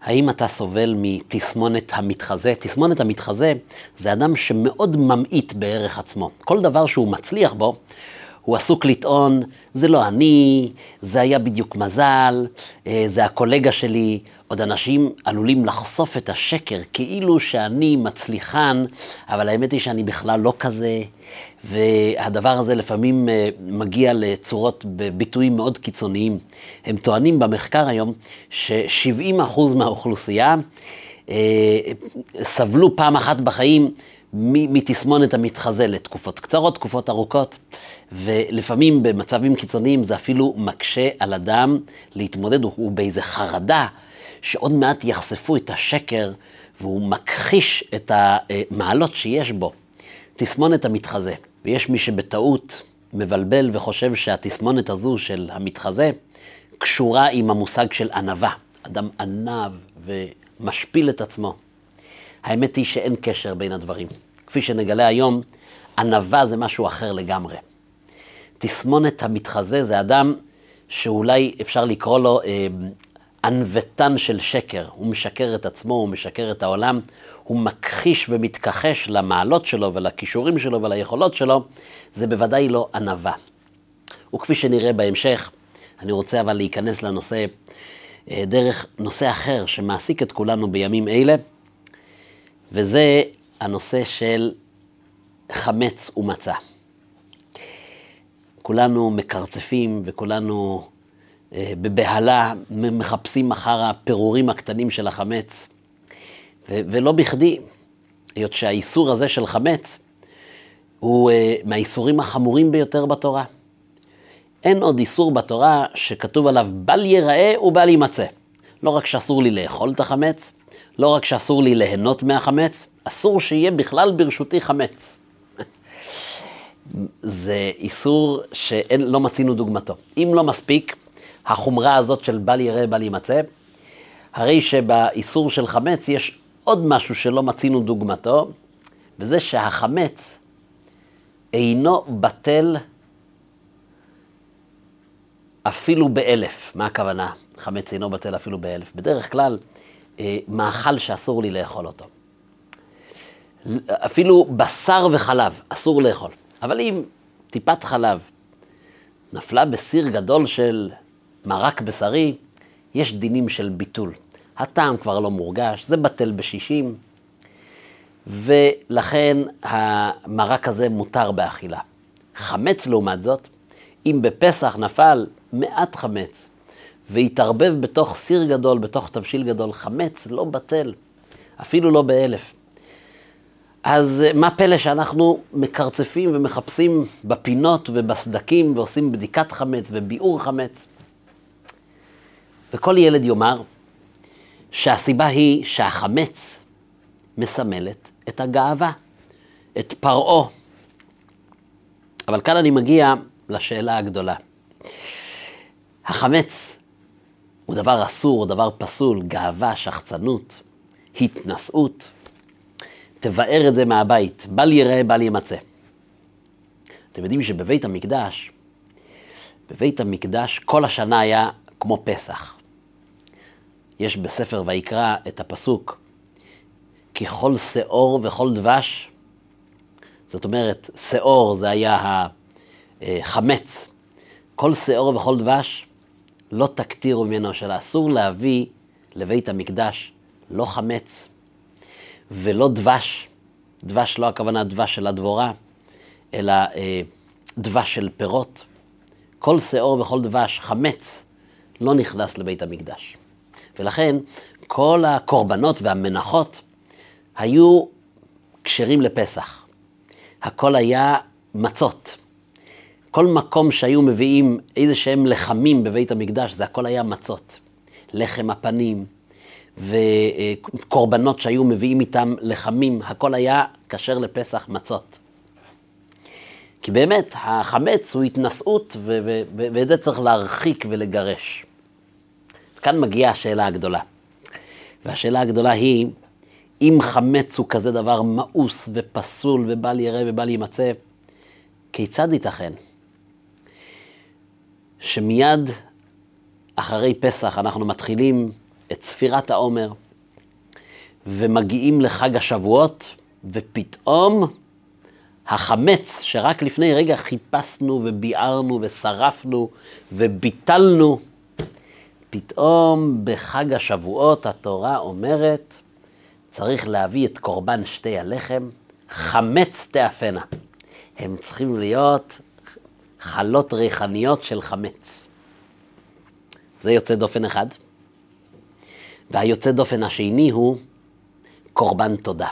האם אתה סובל מתסמונת המתחזה? תסמונת המתחזה זה אדם שמאוד ממעיט בערך עצמו. כל דבר שהוא מצליח בו, הוא עסוק לטעון, זה לא אני, זה היה בדיוק מזל, זה הקולגה שלי. עוד אנשים עלולים לחשוף את השקר כאילו שאני מצליחן, אבל האמת היא שאני בכלל לא כזה. והדבר הזה לפעמים מגיע לצורות בביטויים מאוד קיצוניים. הם טוענים במחקר היום ש70% מהאוכלוסייה סבלו פעם אחת בחיים מתסמונת המתחזה לתקופות קצרות, תקופות ארוכות, ולפעמים במצבים קיצוניים זה אפילו מקשה על אדם להתמודד, הוא באיזה חרדה שעוד מעט יחשפו את השקר והוא מכחיש את המעלות שיש בו. תסמונת המתחזה, ויש מי שבטעות מבלבל וחושב שהתסמונת הזו של המתחזה קשורה עם המושג של ענווה. אדם ענב ומשפיל את עצמו. האמת היא שאין קשר בין הדברים. כפי שנגלה היום, ענווה זה משהו אחר לגמרי. תסמונת המתחזה זה אדם שאולי אפשר לקרוא לו ענוותן של שקר. הוא משקר את עצמו, הוא משקר את העולם, הוא מכחיש ומתכחש למעלות שלו ולכישורים שלו וליכולות שלו, זה בוודאי לא ענווה. וכפי שנראה בהמשך, אני רוצה אבל להיכנס לנושא דרך נושא אחר שמעסיק את כולנו בימים אלה, וזה הנושא של חמץ ומצה. כולנו מקרצפים וכולנו בבהלה מחפשים אחר הפירורים הקטנים של החמץ, ולא בכדי, היות שהאיסור הזה של חמץ הוא מהאיסורים החמורים ביותר בתורה. אין עוד איסור בתורה שכתוב עליו בל ייראה ובל יימצא. לא רק שאסור לי לאכול את החמץ, לא רק שאסור לי ליהנות מהחמץ, אסור שיהיה בכלל ברשותי חמץ. זה איסור שלא מצינו דוגמתו. אם לא מספיק, החומרה הזאת של בל ייראה בל יימצא, הרי שבאיסור של חמץ יש עוד משהו שלא מצינו דוגמתו, וזה שהחמץ אינו בטל אפילו ב1,000. מה הכוונה? חמץ אינו בטל אפילו ב1,000. בדרך כלל, מאכל שאסור לי לאכול אותו. אפילו בשר וחלב אסור לאכול. אבל אם טיפת חלב נפלה בסיר גדול של מרק בשרי, יש דינים של ביטול. הטעם כבר לא מורגש, זה בטל ב60, ולכן המרק הזה מותר באכילה. חמץ לעומת זאת, אם בפסח נפל מעט חמץ, והתערבב בתוך סיר גדול, בתוך תבשיל גדול, חמץ לא בטל, אפילו לא ב1,000. אז מה פלא שאנחנו מקרצפים ומחפשים בפינות ובסדקים, ועושים בדיקת חמץ וביאור חמץ? וכל ילד יאמר שהסיבה היא שהחמץ מסמלת את הגאווה, את פרעה. אבל כאן אני מגיע לשאלה הגדולה. החמץ הוא דבר אסור, הוא דבר פסול, גאווה, שחצנות, התנשאות. תבאר את זה מהבית, בל ייראה בל יימצא. אתם יודעים שבבית המקדש כל השנה היה כמו פסח. יש בספר ויקרא את הפסוק, כי כל שאור וכל דבש, זאת אומרת, שאור זה היה החמץ, כל שאור וכל דבש לא תקטירו ממנו, של אסור להביא לבית המקדש לא חמץ ולא דבש. דבש לא הכוונה דבש של הדבורה, אלא דבש של פירות. כל שאור וכל דבש, חמץ, לא נכנס לבית המקדש. ולכן כל הקורבנות והמנחות היו כשרים לפסח. הכל היה מצות. כל מקום שהיו מביאים איזה שהם לחמים בבית המקדש, זה הכל היה מצות. לחם הפנים וקורבנות שהיו מביאים איתם לחמים, הכל היה כשר לפסח, מצות. כי באמת החמץ הוא התנשאות ואת זה צריך להרחיק ולגרש. כאן מגיעה השאלה הגדולה. והשאלה הגדולה היא, אם חמץ הוא כזה דבר מאוס ופסול ובל ייראה ובל יימצא, כיצד ייתכן שמיד אחרי פסח אנחנו מתחילים את ספירת העומר, ומגיעים לחג השבועות, ופתאום החמץ שרק לפני רגע חיפשנו וביערנו ושרפנו וביטלנו, פתאום בחג השבועות התורה אומרת, צריך להביא את קורבן שתי הלחם, חמץ תאפנה. הם צריכים להיות חלות ריחניות של חמץ. זה יוצא דופן אחד. והיוצא דופן השני הוא קורבן תודה.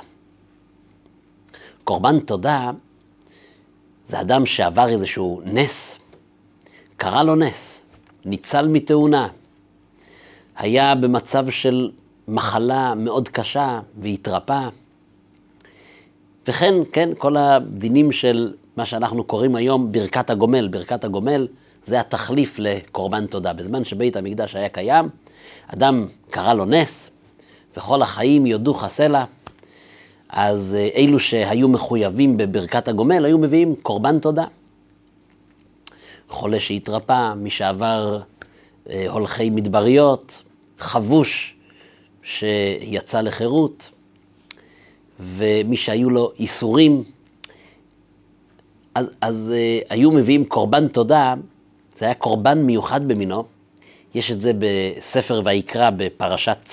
קורבן תודה זה אדם שעבר איזשהו נס, קרה לו נס, ניצל מתאונה, היה במצב של מחלה מאוד קשה והתרפא, וכן, כן, כל הדינים של מה שאנחנו קוראים היום ברכת הגומל. ברכת הגומל זה התחליף לקורבן תודה. בזמן שבית המקדש היה קיים, אדם קרה לו נס, וכל החיים יודוך הסלע, אז אלו שהיו מחויבים בברכת הגומל היו מביאים קורבן תודה. חולה שהתרפא, מי שעבר הולכי מדבריות, חבוש שיצא לחירות, ומי שהיו לו איסורים, אז היו מביאים קורבן תודה. זה היה קורבן מיוחד במינו. יש את זה בספר ויקרא בפרשת צו,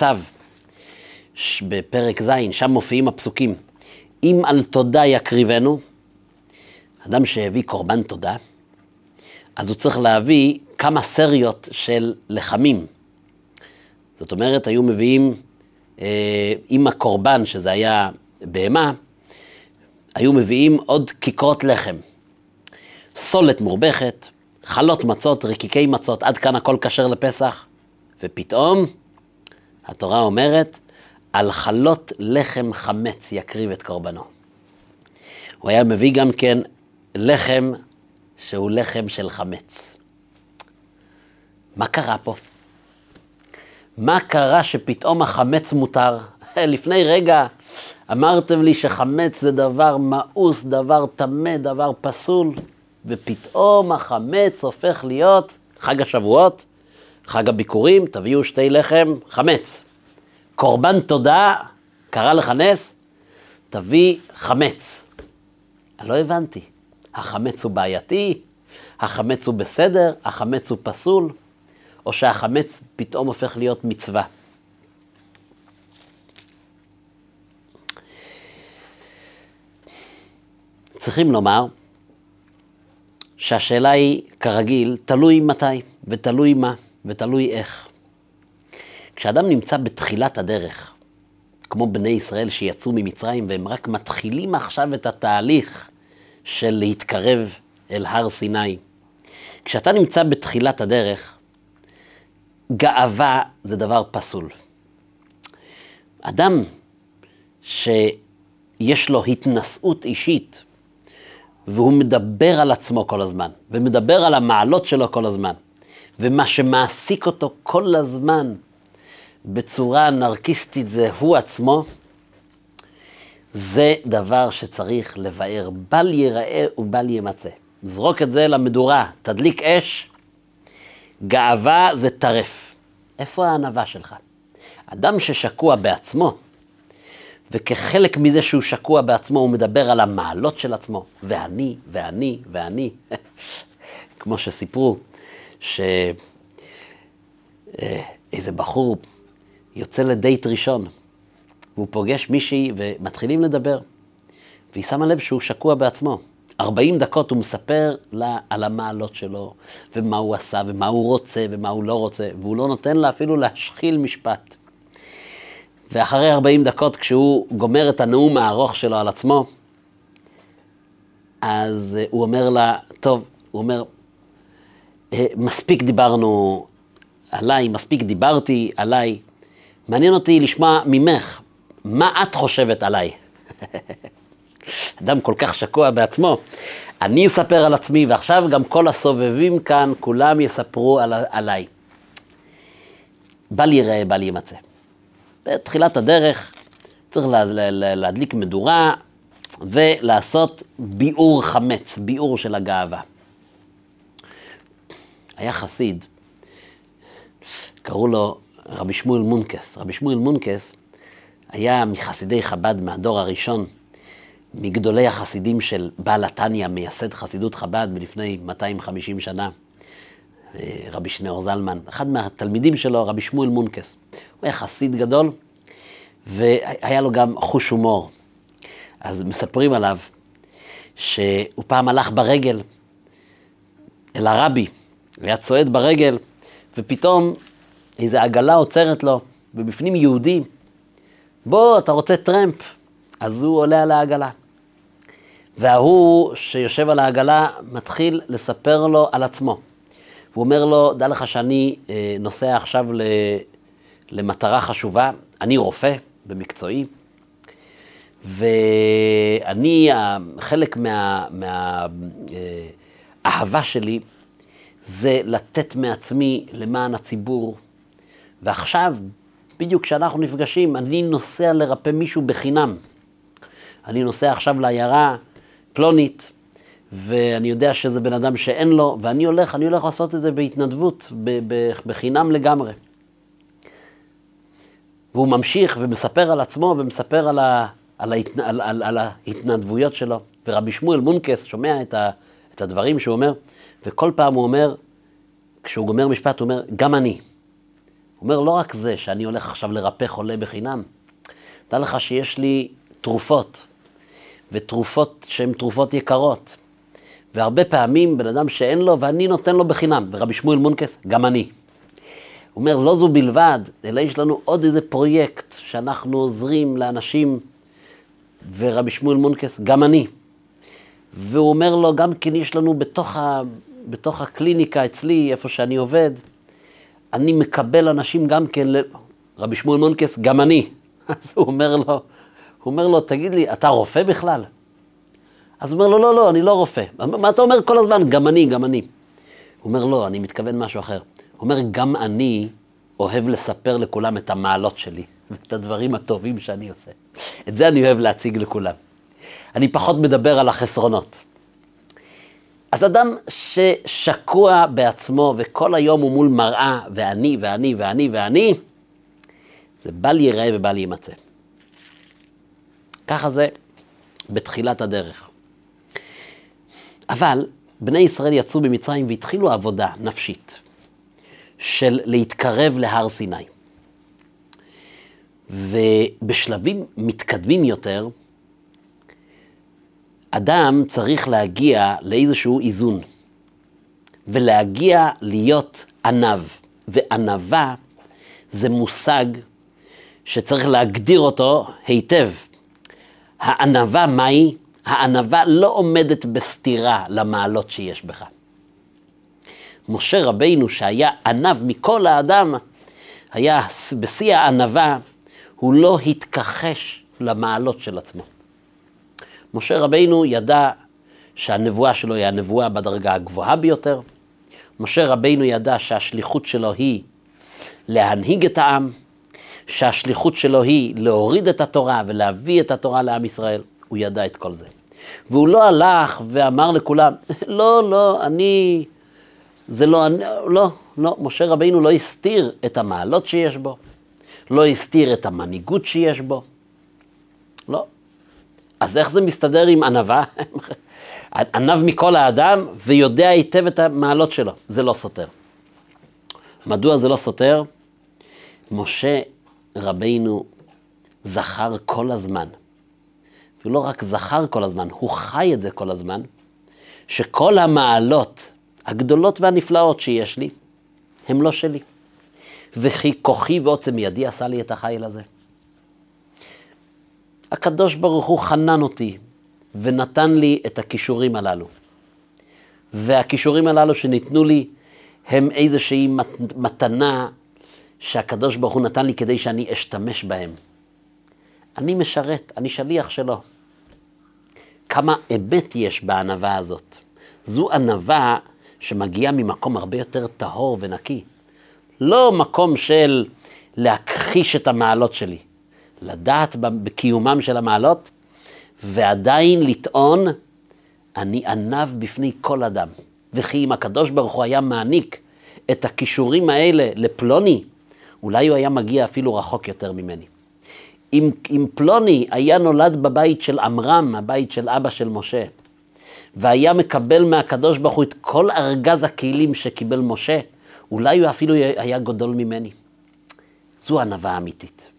בפרק ז', שם מופיעים הפסוקים. אם על תודה יקריבנו, אדם שהביא קורבן תודה, אז הוא צריך להביא כמה סריות של לחמים. זאת אומרת, היו מביאים עם הקורבן, שזה היה בהמה, היו מביאים עוד כיכרות לחם, סולת מורבכת, חלות מצות, רקיקי מצות, עד כאן הכל כשר לפסח. ופתאום התורה אומרת, על חלות לחם חמץ יקריב את קורבנו. הוא היה מביא גם כן לחם שהוא לחם של חמץ. מה קרה פה? מה קרה שפתאום החמץ מותר? לפני רגע אמרתם לי שחמץ זה דבר מאוס, דבר טמא, דבר פסול, ופתאום החמץ הופך להיות חג השבועות, חג הביקורים, תביאו שתי לחם, חמץ. קורבן תודה, קרא לך נס, תביא חמץ. אני לא הבנתי, החמץ הוא בעייתי, החמץ הוא בסדר, החמץ הוא פסול, או שהחמץ פתאום הופך להיות מצווה. צריכים לומר שהשאלה היא כרגיל, תלוי מתי ותלוי מה ותלוי איך. כשאדם נמצא בתחילת הדרך, כמו בני ישראל שיצאו ממצרים והם רק מתחילים עכשיו את התהליך של להתקרב אל הר סיני. כשאתה נמצא בתחילת הדרך, גאווה זה דבר פסול. אדם שיש לו התנשאות אישית, והוא מדבר על עצמו כל הזמן, ומדבר על המעלות שלו כל הזמן, ומה שמעסיק אותו כל הזמן בצורה נרקיסטית זה הוא עצמו, זה דבר שצריך לבאר. בל ייראה ובל יימצא. זרוק את זה למדורה, תדליק אש, גאווה זה טרף. איפה הענווה שלך? אדם ששקוע בעצמו, וכחלק מזה שהוא שקוע בעצמו, הוא מדבר על המעלות של עצמו, ואני, ואני, ואני. כמו שסיפרו, שאיזה בחור יוצא לדייט ראשון, והוא פוגש מישהי ומתחילים לדבר, והיא שמה לב שהוא שקוע בעצמו. 40 דקות הוא מספר לה על המעלות שלו, ומה הוא עשה, ומה הוא רוצה, ומה הוא לא רוצה, והוא לא נותן לה אפילו להשחיל משפט. ואחרי 40 דקות, כשהוא גומר את הנאום הארוך שלו על עצמו, אז הוא אומר לה, טוב, הוא אומר, מספיק דיברנו עליי, מספיק דיברתי עליי, מעניין אותי לשמוע ממך, מה את חושבת עליי? אדם כל כך שקוע בעצמו. אני אספר על עצמי, ועכשיו גם כל הסובבים כאן, כולם יספרו עליי. בל ייראה, בל יימצא. בתחילת הדרך צריך להדליק מדורה ולעשות ביעור חמץ, ביעור של הגאווה. היה חסיד, קראו לו רבי שמואל מונקס. רבי שמואל מונקס היה מחסידי חב"ד מהדור הראשון, מגדולי החסידים של בעל התניא, מייסד חסידות חב"ד מלפני 250 שנה, רבי שניאור זלמן. אחד מהתלמידים שלו, רבי שמואל מונקס. הוא היה חסיד גדול, והיה לו גם חוש הומור. אז מספרים עליו שהוא פעם הלך ברגל אל הרבי, היה צועד ברגל, ופתאום איזו עגלה עוצרת לו, ובפנים יהודי, בוא, אתה רוצה טרמפ? אז הוא עולה על העגלה. וההוא שיושב על העגלה מתחיל לספר לו על עצמו. הוא אומר לו, דע לך שאני נוסע עכשיו למטרה חשובה, אני רופא במקצועי, ואני, חלק מהאהבה שלי זה לתת מעצמי למען הציבור, ועכשיו, בדיוק כשאנחנו נפגשים, אני נוסע לרפא מישהו בחינם. אני נוסע עכשיו לעיירה פלונית, ואני יודע שזה בן אדם שאין לו, ואני הולך לעשות את זה בהתנדבות, בחינם לגמרי. והוא ממשיך ומספר על עצמו, ומספר על ההתנדבויות שלו. ורבי שמואל מונקס שומע את הדברים שהוא אומר, וכל פעם הוא אומר, כשהוא גומר משפט, הוא אומר, גם אני. הוא אומר, לא רק זה שאני הולך עכשיו לרפא חולה בחינם, דע לך שיש לי תרופות, ותרופות שהן תרופות יקרות. והרבה פעמים בן אדם שאין לו, ואני נותן לו בחינם. ורבי שמואל מונקס, גם אני. הוא אומר, לא זו בלבד, אלא יש לנו עוד איזה פרויקט שאנחנו עוזרים לאנשים, ורבי שמואל מונקס, גם אני. והוא אומר לו, גם כן יש לנו בתוך הקליניקה אצלי, איפה שאני עובד, אני מקבל אנשים גם כן, רבי שמואל מונקס, גם אני. אז הוא אומר לו, תגיד לי, אתה רופא בכלל? אז הוא אומר לו, לא, אני לא רופא. מה אתה אומר כל הזמן? גם אני. הוא אומר, לא, אני מתכוון משהו אחר. הוא אומר, גם אני אוהב לספר לכולם את המעלות שלי, ואת הדברים הטובים שאני עושה. את זה אני אוהב להציג לכולם. אני פחות מדבר על החסרונות. אז אדם ששקוע בעצמו, וכל היום הוא מול מראה, ואני, זה בל ייראה ובל יימצא. ככה זה בתחילת הדרך. אבל בני ישראל יצאו במצרים והתחילו עבודה נפשית של להתקרב להר סיני. ובשלבים מתקדמים יותר, אדם צריך להגיע לאיזשהו איזון, ולהגיע להיות ענב. וענבה זה מושג שצריך להגדיר אותו היטב. הענבה מהי? הענבה לא עומדת בסתירה למעלות שיש בך. משה רבינו שהיה ענב מכל האדם, היה בשיא הענבה, הוא לא התכחש למעלות של עצמו. משה רבינו ידע שהנבואה שלו היא הנבואה בדרגה הגבוהה ביותר. משה רבינו ידע שהשליחות שלו היא להנהיג את העם, שהשליחות שלו היא להוריד את התורה ולהביא את התורה לעם ישראל. הוא ידע את כל זה. והוא לא הלך ואמר לכולם, לא, משה רבינו לא הסתיר את המעלות שיש בו, לא הסתיר את המנהיגות שיש בו, לא. אז איך זה מסתדר עם ענבה? ענב מכל האדם ויודע היטב את המעלות שלו. זה לא סותר. מדוע זה לא סותר? משה רבינו זכר כל הזמן, ולא רק זכר כל הזמן, הוא חי את זה כל הזמן, שכל המעלות הגדולות והנפלאות שיש לי, הם לא שלי. וכי כוחי ועוצם ידי עשה לי את החיל הזה. הקדוש ברוך הוא חנן אותי, ונתן לי את הכישורים הללו. והכישורים הללו שניתנו לי, הם איזושהי מתנה שהקדוש ברוך הוא נתן לי כדי שאני אשתמש בהם. אני משרת, אני שליח שלו. כמה אמת יש בענווה הזאת. זו ענווה שמגיעה ממקום הרבה יותר טהור ונקי. לא מקום של להכחיש את המעלות שלי. לדעת בקיומם של המעלות, ועדיין לטעון, אני ענב בפני כל אדם. וכי אם הקדוש ברוך הוא היה מעניק את הכישורים האלה לפלוני, אולי הוא היה מגיע אפילו רחוק יותר ממני. אם פלוני היה נולד בבית של עמרם, הבית של אבא של משה, והיה מקבל מהקדוש ברוך הוא את כל ארגז הכלים שקיבל משה, אולי הוא אפילו היה גדול ממני. זו ענווה האמיתית.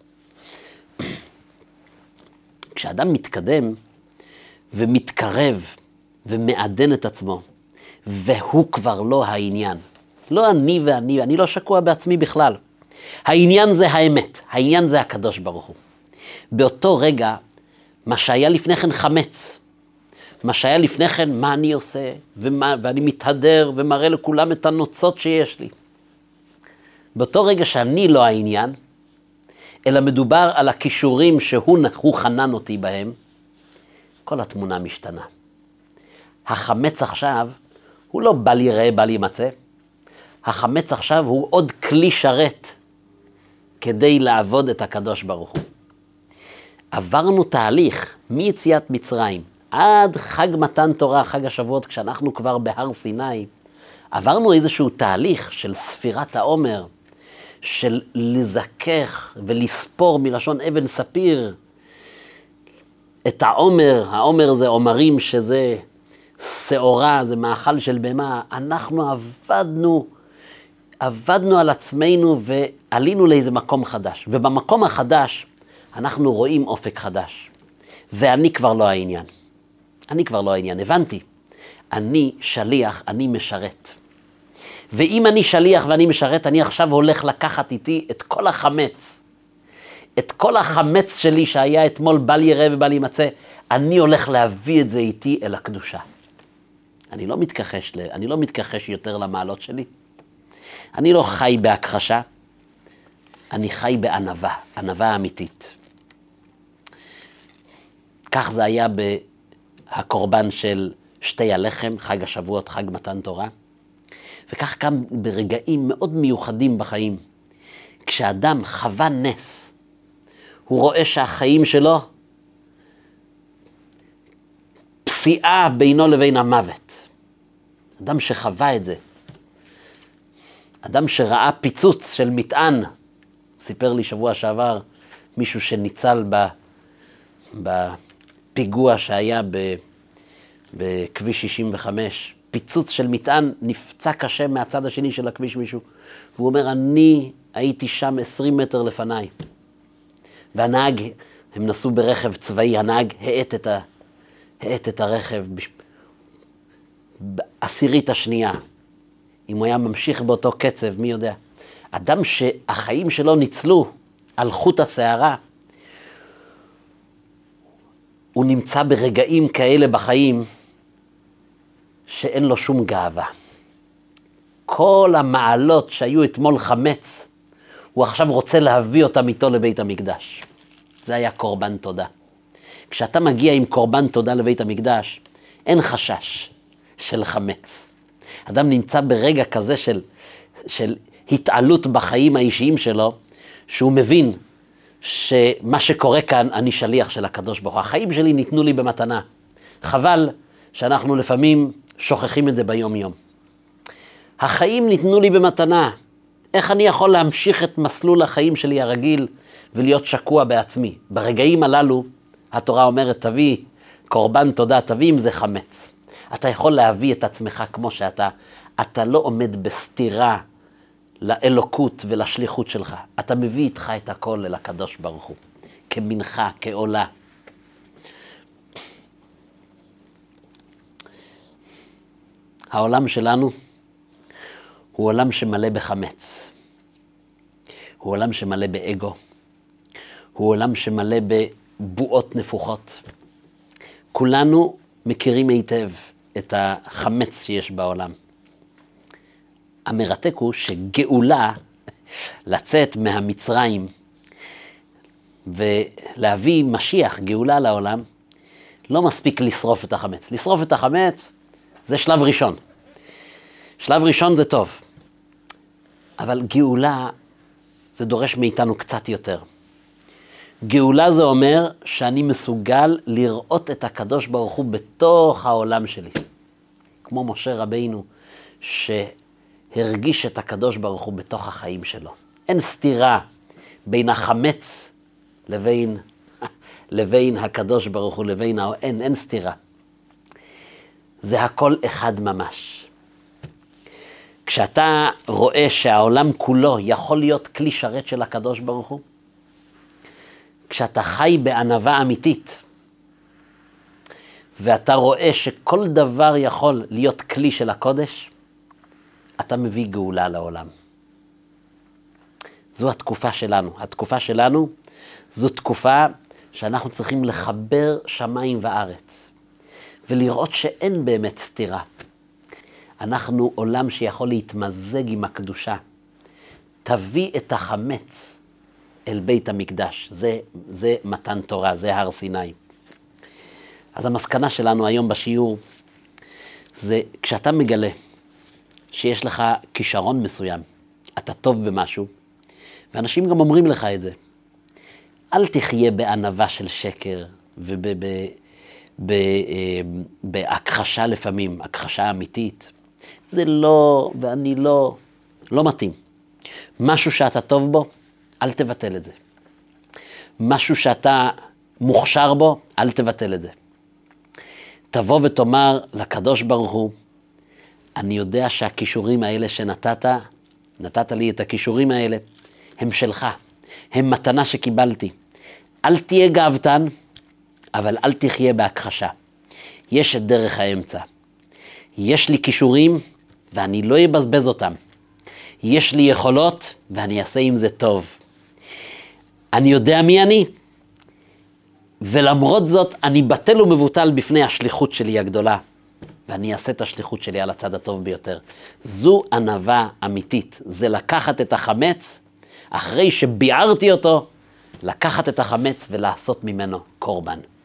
כשאדם מתקדם ומתקרב ומעדן את עצמו, והוא כבר לא העניין. לא אני לא שקוע בעצמי בכלל. העניין זה האמת, העניין זה הקדוש ברוך הוא. באותו רגע, מה שהיה לפני כן חמץ, מה שהיה לפני כן מה אני עושה, ואני מתהדר ומראה לכולם את הנוצות שיש לי. באותו רגע שאני לא העניין, אלא מדובר על הכישורים שהוא חנן אותי בהם, כל התמונה משתנה. החמץ עכשיו הוא לא בל יראה, בל ימצא. החמץ עכשיו הוא עוד כלי שרת כדי לעבוד את הקדוש ברוך הוא. עברנו תהליך מיציאת מצרים עד חג מתן תורה, חג השבועות, כשאנחנו כבר בהר סיני. עברנו איזשהו תהליך של ספירת העומר, של לזכך ולספור מלשון אבן ספיר את העומר. העומר זה עומרים שזה שעורה, זה מאכל של בהמה. אנחנו עבדנו על עצמנו ועלינו לאיזה מקום חדש. ובמקום החדש אנחנו רואים אופק חדש. ואני כבר לא העניין. אני כבר לא העניין, הבנתי. אני שליח, אני משרת. ואם אני שליח ואני משרת, אני עכשיו הולך לקחת איתי את כל החמץ. את כל החמץ שלי שהיה אתמול בל יראה ובל ימצא, אני הולך להביא את זה איתי אל הקדושה. אני לא מתכחש יותר למעלות שלי. אני לא חי בהכחשה, אני חי בענווה, ענווה אמיתית. כך זה היה בהקורבן של שתי הלחם, חג השבועות, חג מתן תורה. וכך גם ברגעים מאוד מיוחדים בחיים. כשאדם חווה נס, הוא רואה שהחיים שלו פסיעה בינו לבין המוות. אדם שחווה את זה, אדם שראה פיצוץ של מטען, סיפר לי שבוע שעבר מישהו שניצל בפיגוע שהיה בכביש 65, פיצוץ של מטען, נפצע קשה מהצד השני של הכביש מישהו, והוא אומר, אני הייתי שם 20 מטר לפניי, והנהג, הם נסעו ברכב צבאי, הנהג האט את הרכב בעשירית השנייה. אם הוא היה ממשיך באותו קצב, מי יודע. אדם שהחיים שלו ניצלו על חוט השערה, הוא נמצא ברגעים כאלה בחיים שאין לו שום גאווה. כל המעלות שהיו אתמול חמץ, הוא עכשיו רוצה להביא אותם איתו לבית המקדש. זה היה קורבן תודה. כשאתה מגיע עם קורבן תודה לבית המקדש, אין חשש של חמץ. אדם נמצא ברגע כזה של התעלות בחיים האישיים שלו, שהוא מבין שמה שקורה כאן, אני שליח של הקדוש ברוך הוא. החיים שלי ניתנו לי במתנה. חבל שאנחנו לפעמים שוכחים את זה ביום יום. החיים ניתנו לי במתנה. איך אני יכול להמשיך את מסלול החיים שלי הרגיל ולהיות שקוע בעצמי? ברגעים הללו התורה אומרת, תביא קורבן תודה, תביא אם זה חמץ. אתה יכול להביא את עצמך כמו שאתה. אתה לא עומד בסתירה לאלוקות ולשליחות שלך. אתה מביא איתך את הכל אל הקדוש ברוך הוא. כמנחה, כעולה. העולם שלנו הוא עולם שמלא בחמץ. הוא עולם שמלא באגו. הוא עולם שמלא בבועות נפוחות. כולנו מכירים היטב את החמץ שיש בעולם. המרתק הוא שגאולה, לצאת מהמצרים ולהביא משיח, גאולה לעולם, לא מספיק לשרוף את החמץ. לשרוף את החמץ זה שלב ראשון. שלב ראשון זה טוב. אבל גאולה זה דורש מאיתנו קצת יותר. גאולה זה אומר שאני מסוגל לראות את הקדוש ברוך הוא בתוך העולם שלי. כמו משה רבינו שהרגיש את הקדוש ברוך הוא בתוך החיים שלו. אין סתירה בין החמץ לבין הקדוש ברוך הוא, אין סתירה. זה הכל אחד ממש. כשאתה רואה שהעולם כולו יכול להיות כלי שרת של הקדוש ברוך הוא, כשאתה חי בענווה אמיתית, ואתה רואה שכל דבר יכול להיות כלי של הקודש, אתה מביא גאולה לעולם. זו התקופה שלנו. התקופה שלנו זו תקופה שאנחנו צריכים לחבר שמיים וארץ, ולראות שאין באמת סתירה. אנחנו עולם שיכול להתמזג עם הקדושה. תביא את החמץ אל בית המקדש. זה מתן תורה, זה הר סיני. אז המסקנה שלנו היום בשיעור, זה כשאתה מגלה שיש לך כישרון מסוים, אתה טוב במשהו, ואנשים גם אומרים לך את זה. אל תחיה בענווה של שקר ובהכחשה לפעמים, הכחשה אמיתית. זה לא, ואני לא מתאים. משהו שאתה טוב בו, אל תבטל את זה. משהו שאתה מוכשר בו, אל תבטל את זה. תבוא ותאמר לקדוש ברוך הוא, אני יודע שהכישורים האלה נתת לי את הכישורים האלה, הם שלך, הם מתנה שקיבלתי. אל תהיה גאוותן, אבל אל תחיה בהכחשה. יש את דרך האמצע. יש לי כישורים ואני לא אבזבז אותם. יש לי יכולות ואני אעשה עם זה טוב. אני יודע מי אני, ולמרות זאת אני בטל ומבוטל בפני השליחות שלי הגדולה, ואני אעשה את השליחות שלי על הצד הטוב ביותר. זו ענווה אמיתית, זה לקחת את החמץ, אחרי שביערתי אותו, לקחת את החמץ ולעשות ממנו קורבן.